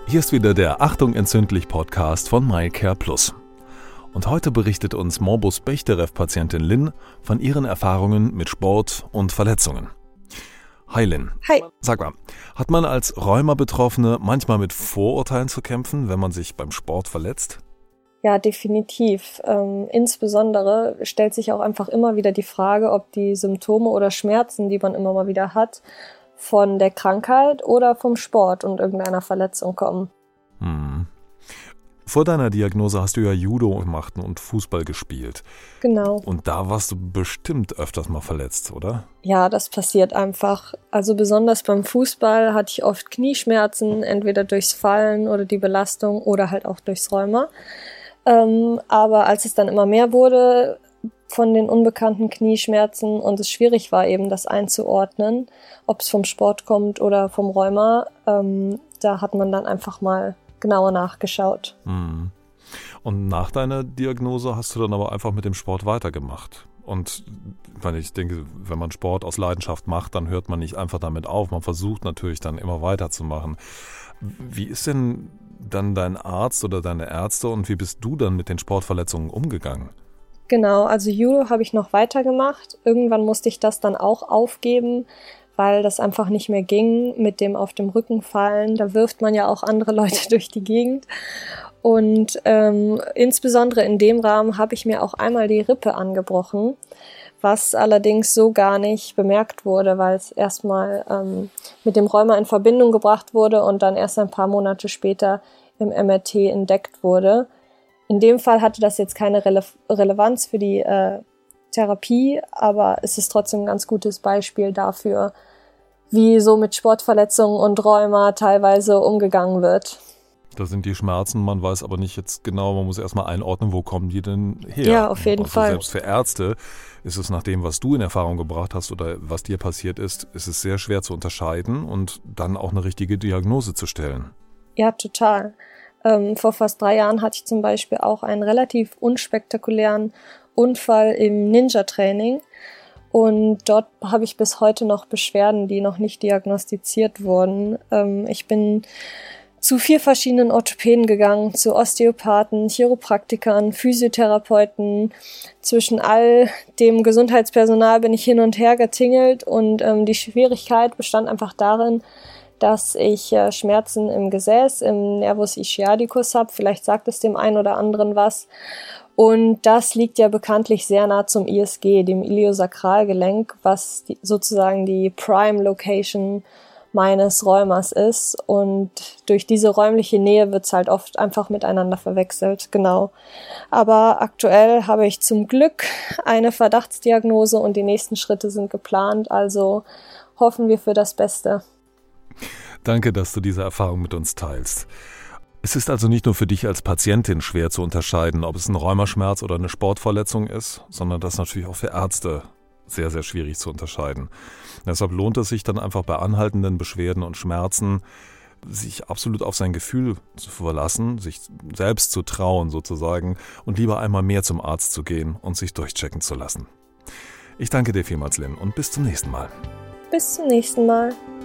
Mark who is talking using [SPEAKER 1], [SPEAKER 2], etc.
[SPEAKER 1] Hier ist wieder der Achtung entzündlich Podcast von MyCare Plus. Und heute berichtet uns Morbus Bechterew-Patientin Lynn von ihren Erfahrungen mit Sport und Verletzungen. Hi Lynn.
[SPEAKER 2] Hi.
[SPEAKER 1] Sag mal, hat man als Rheuma-Betroffene manchmal mit Vorurteilen zu kämpfen, wenn man sich beim Sport verletzt?
[SPEAKER 2] Ja, definitiv. Insbesondere stellt sich auch einfach immer wieder die Frage, ob die Symptome oder Schmerzen, die man immer mal wieder hat, von der Krankheit oder vom Sport und irgendeiner Verletzung kommen.
[SPEAKER 1] Vor deiner Diagnose hast du ja Judo gemacht und Fußball gespielt.
[SPEAKER 2] Genau.
[SPEAKER 1] Und da warst du bestimmt öfters mal verletzt, oder?
[SPEAKER 2] Ja, das passiert einfach. Also besonders beim Fußball hatte ich oft Knieschmerzen, entweder durchs Fallen oder die Belastung oder halt auch durchs Rheuma. Aber als es dann immer mehr wurde von den unbekannten Knieschmerzen und es schwierig war eben das einzuordnen, ob es vom Sport kommt oder vom Rheuma, da hat man dann einfach mal genauer nachgeschaut.
[SPEAKER 1] Und nach deiner Diagnose hast du dann aber einfach mit dem Sport weitergemacht. Und ich denke, wenn man Sport aus Leidenschaft macht, dann hört man nicht einfach damit auf. Man versucht natürlich dann immer weiterzumachen. Wie ist denn dann dein Arzt oder deine Ärzte und wie bist du dann mit den Sportverletzungen umgegangen?
[SPEAKER 2] Genau, also Judo habe ich noch weitergemacht. Irgendwann musste ich das dann auch aufgeben, weil das einfach nicht mehr ging mit dem auf dem Rücken fallen. Da wirft man ja auch andere Leute durch die Gegend. Und insbesondere in dem Rahmen habe ich mir auch einmal die Rippe angebrochen, was allerdings so gar nicht bemerkt wurde, weil es erstmal mit dem Rheuma in Verbindung gebracht wurde und dann erst ein paar Monate später im MRT entdeckt wurde. In dem Fall hatte das jetzt keine Relevanz für die Therapie, aber es ist trotzdem ein ganz gutes Beispiel dafür, wie so mit Sportverletzungen und Rheuma teilweise umgegangen wird.
[SPEAKER 1] Da sind die Schmerzen, man weiß aber nicht jetzt genau, man muss erstmal einordnen, wo kommen die denn her?
[SPEAKER 2] Ja, auf jeden Fall.
[SPEAKER 1] Selbst für Ärzte ist es nach dem, was du in Erfahrung gebracht hast oder was dir passiert ist es sehr schwer zu unterscheiden und dann auch eine richtige Diagnose zu stellen.
[SPEAKER 2] Ja, total. Vor fast 3 Jahren hatte ich zum Beispiel auch einen relativ unspektakulären Unfall im Ninja-Training. Und dort habe ich bis heute noch Beschwerden, die noch nicht diagnostiziert wurden. Ich bin zu 4 verschiedenen Orthopäden gegangen, zu Osteopathen, Chiropraktikern, Physiotherapeuten. Zwischen all dem Gesundheitspersonal bin ich hin und her getingelt und die Schwierigkeit bestand einfach darin, dass ich Schmerzen im Gesäß, im Nervus ischiadicus habe. Vielleicht sagt es dem einen oder anderen was. Und das liegt ja bekanntlich sehr nah zum ISG, dem Iliosakralgelenk, was sozusagen die Prime Location meines Rheumas ist. Und durch diese räumliche Nähe wird es halt oft einfach miteinander verwechselt, genau. Aber aktuell habe ich zum Glück eine Verdachtsdiagnose und die nächsten Schritte sind geplant. Also hoffen wir für das Beste.
[SPEAKER 1] Danke, dass du diese Erfahrung mit uns teilst. Es ist also nicht nur für dich als Patientin schwer zu unterscheiden, ob es ein Rheumaschmerz oder eine Sportverletzung ist, sondern das ist natürlich auch für Ärzte sehr, sehr schwierig zu unterscheiden. Deshalb lohnt es sich dann einfach bei anhaltenden Beschwerden und Schmerzen, sich absolut auf sein Gefühl zu verlassen, sich selbst zu trauen sozusagen und lieber einmal mehr zum Arzt zu gehen und sich durchchecken zu lassen. Ich danke dir vielmals, Lynn, und bis zum nächsten Mal.
[SPEAKER 2] Bis zum nächsten Mal.